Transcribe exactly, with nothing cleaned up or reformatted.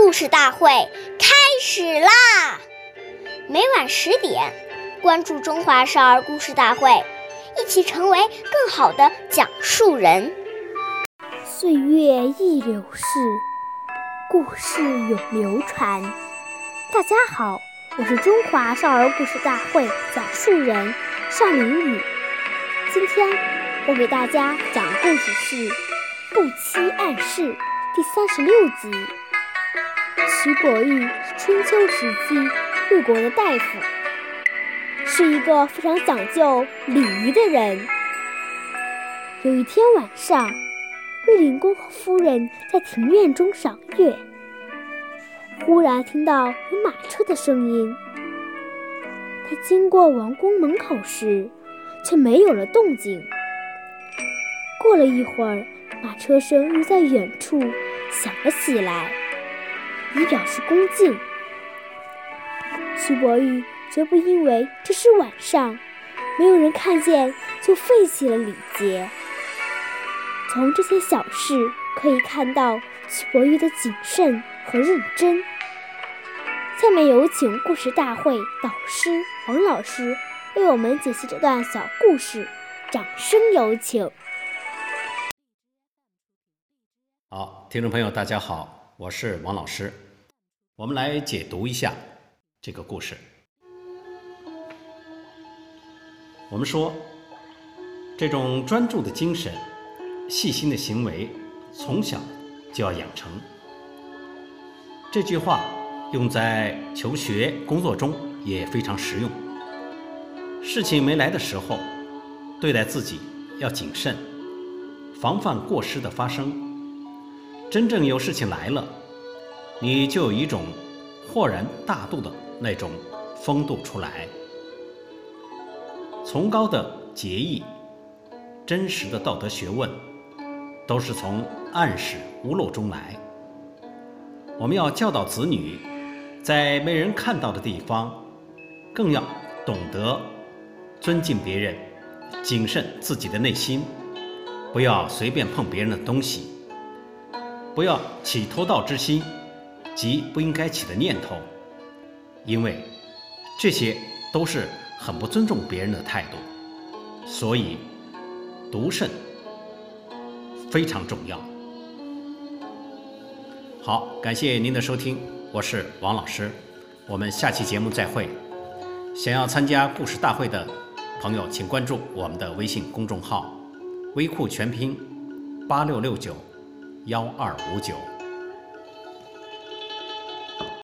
故事大会开始啦！每晚十点，关注中华少儿故事大会，一起成为更好的讲述人。 岁月易流逝，故事永流传。大家好，我是中华少儿故事大会讲述人邵明宇。今天我给大家讲的故事是《不期暗示》第三十六集。徐伯玉是春秋时期魏国的大夫，是一个非常讲究礼仪的人。有一天晚上，卫灵公和夫人在庭院中赏月，忽然听到有马车的声音。他经过王宫门口时，却没有了动静。过了一会儿，马车声又在远处响了起来，以表示恭敬。徐伯玉绝不因为这是晚上，没有人看见就废弃了礼节。从这些小事可以看到徐伯玉的谨慎和认真。下面有请故事大会导师王老师为我们解析这段小故事，掌声有请。 好，听众朋友大家好，我是王老师。我们来解读一下这个故事。我们说，这种专注的精神、细心的行为，从小就要养成。这句话用在求学、工作中也非常实用。事情没来的时候，对待自己要谨慎，防范过失的发生。真正有事情来了，你就有一种豁然大度的那种风度出来。崇高的节义、真实的道德学问，都是从暗室屋漏中来。我们要教导子女，在没人看到的地方，更要懂得尊敬别人，谨慎自己的内心，不要随便碰别人的东西，不要起偷盗之心及不应该起的念头，因为这些都是很不尊重别人的态度。所以读慎非常重要。好，感谢您的收听，我是王老师，我们下期节目再会。想要参加故事大会的朋友，请关注我们的微信公众号微库全拼八六六九幺二五九。